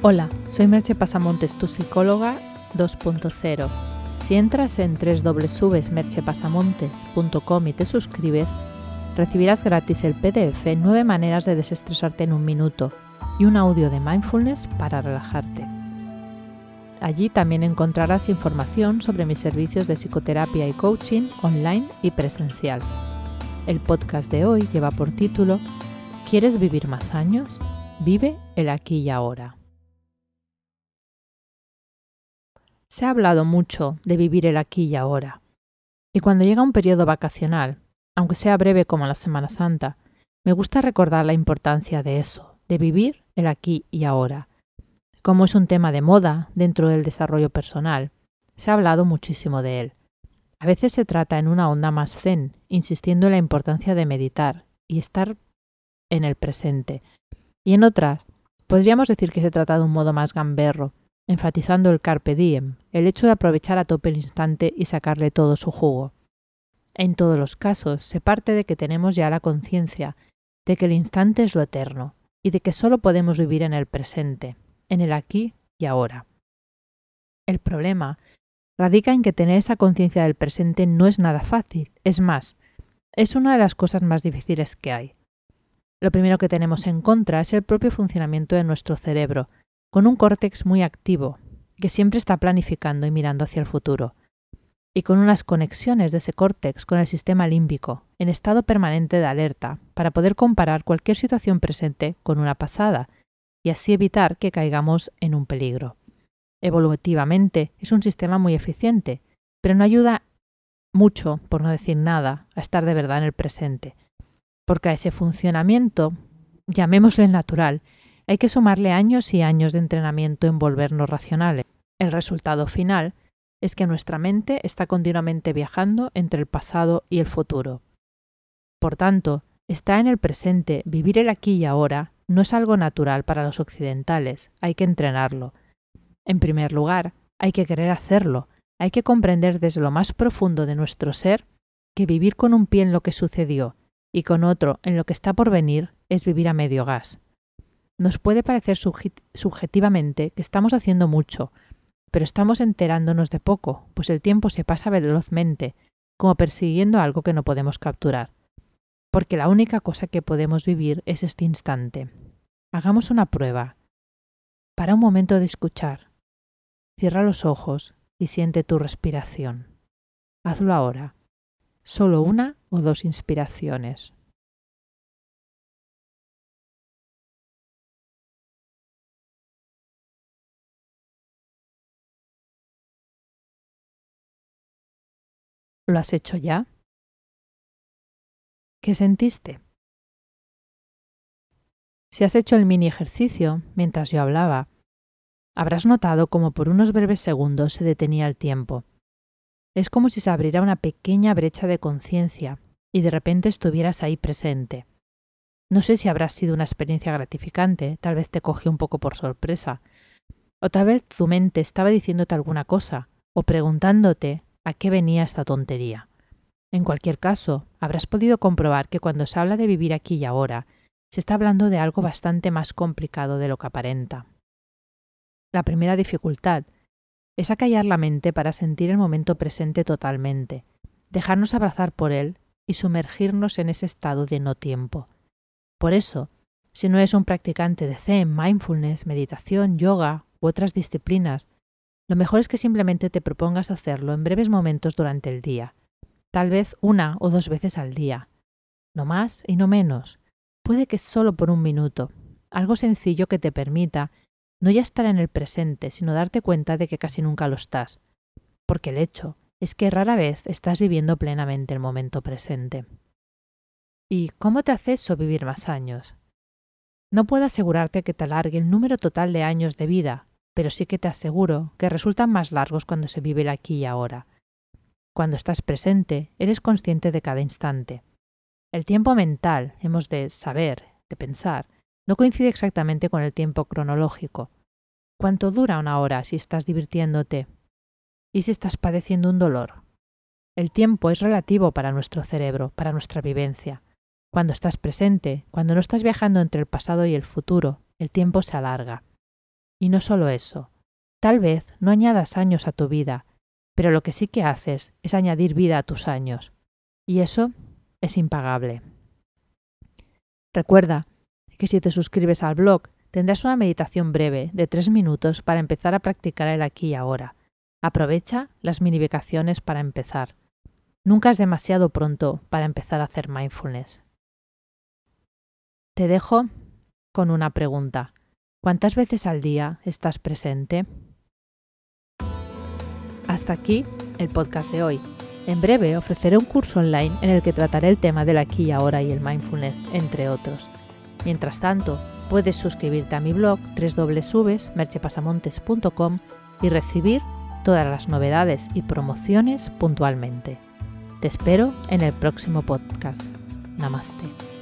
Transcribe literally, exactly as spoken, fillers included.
Hola, soy Merche Pasamontes, tu psicóloga dos punto cero. Si entras en doble u doble u doble u punto merche pasamontes punto com y te suscribes, recibirás gratis el P D F nueve maneras de desestresarte en un minuto y un audio de mindfulness para relajarte. Allí también encontrarás información sobre mis servicios de psicoterapia y coaching online y presencial. El podcast de hoy lleva por título ¿Quieres vivir más años? Vive el aquí y ahora. Se ha hablado mucho de vivir el aquí y ahora. Y cuando llega un periodo vacacional, aunque sea breve como la Semana Santa, me gusta recordar la importancia de eso, de vivir el aquí y ahora. Como es un tema de moda dentro del desarrollo personal, se ha hablado muchísimo de él. A veces se trata en una onda más zen, insistiendo en la importancia de meditar y estar en el presente. Y en otras, podríamos decir que se trata de un modo más gamberro, enfatizando el carpe diem, el hecho de aprovechar a tope el instante y sacarle todo su jugo. En todos los casos, se parte de que tenemos ya la conciencia de que el instante es lo eterno y de que solo podemos vivir en el presente, en el aquí y ahora. El problema radica en que tener esa conciencia del presente no es nada fácil, es más, es una de las cosas más difíciles que hay. Lo primero que tenemos en contra es el propio funcionamiento de nuestro cerebro, con un córtex muy activo, que siempre está planificando y mirando hacia el futuro, y con unas conexiones de ese córtex con el sistema límbico, en estado permanente de alerta, para poder comparar cualquier situación presente con una pasada, y así evitar que caigamos en un peligro. Evolutivamente es un sistema muy eficiente, pero no ayuda mucho, por no decir nada, a estar de verdad en el presente, porque a ese funcionamiento, llamémosle natural, hay que sumarle años y años de entrenamiento en volvernos racionales. El resultado final es que nuestra mente está continuamente viajando entre el pasado y el futuro. Por tanto, estar en el presente, vivir el aquí y ahora, no es algo natural para los occidentales, hay que entrenarlo. En primer lugar, hay que querer hacerlo, hay que comprender desde lo más profundo de nuestro ser que vivir con un pie en lo que sucedió y con otro en lo que está por venir es vivir a medio gas. Nos puede parecer subjetivamente que estamos haciendo mucho, pero estamos enterándonos de poco, pues el tiempo se pasa velozmente, como persiguiendo algo que no podemos capturar. Porque la única cosa que podemos vivir es este instante. Hagamos una prueba. Para un momento de escuchar. Cierra los ojos y siente tu respiración. Hazlo ahora. Solo una o dos inspiraciones. ¿Lo has hecho ya? ¿Qué sentiste? Si has hecho el mini ejercicio mientras yo hablaba, habrás notado como por unos breves segundos se detenía el tiempo. Es como si se abriera una pequeña brecha de conciencia y de repente estuvieras ahí presente. No sé si habrá sido una experiencia gratificante, tal vez te cogió un poco por sorpresa, o tal vez tu mente estaba diciéndote alguna cosa o preguntándote a qué venía esta tontería. En cualquier caso, habrás podido comprobar que cuando se habla de vivir aquí y ahora, se está hablando de algo bastante más complicado de lo que aparenta. La primera dificultad es acallar la mente para sentir el momento presente totalmente, dejarnos abrazar por él y sumergirnos en ese estado de no tiempo. Por eso, si no eres un practicante de Zen, mindfulness, meditación, yoga u otras disciplinas, lo mejor es que simplemente te propongas hacerlo en breves momentos durante el día, tal vez una o dos veces al día, no más y no menos. Puede que solo por un minuto, algo sencillo que te permita no ya estar en el presente, sino darte cuenta de que casi nunca lo estás, porque el hecho es que rara vez estás viviendo plenamente el momento presente. ¿Y cómo te hace eso vivir más años? No puedo asegurarte que te alargue el número total de años de vida, pero sí que te aseguro que resultan más largos cuando se vive el aquí y ahora. Cuando estás presente, eres consciente de cada instante. El tiempo mental, hemos de saber, de pensar, no coincide exactamente con el tiempo cronológico. ¿Cuánto dura una hora si estás divirtiéndote? ¿Y si estás padeciendo un dolor? El tiempo es relativo para nuestro cerebro, para nuestra vivencia. Cuando estás presente, cuando no estás viajando entre el pasado y el futuro, el tiempo se alarga. Y no solo eso, tal vez no añadas años a tu vida, pero lo que sí que haces es añadir vida a tus años. Y eso es impagable. Recuerda que si te suscribes al blog, tendrás una meditación breve de tres minutos para empezar a practicar el aquí y ahora. Aprovecha las mini vacaciones para empezar. Nunca es demasiado pronto para empezar a hacer mindfulness. Te dejo con una pregunta. ¿Cuántas veces al día estás presente? Hasta aquí el podcast de hoy. En breve ofreceré un curso online en el que trataré el tema del aquí y ahora y el mindfulness, entre otros. Mientras tanto, puedes suscribirte a mi blog doble u doble u doble u punto merchepasamontes punto com y recibir todas las novedades y promociones puntualmente. Te espero en el próximo podcast. Namaste.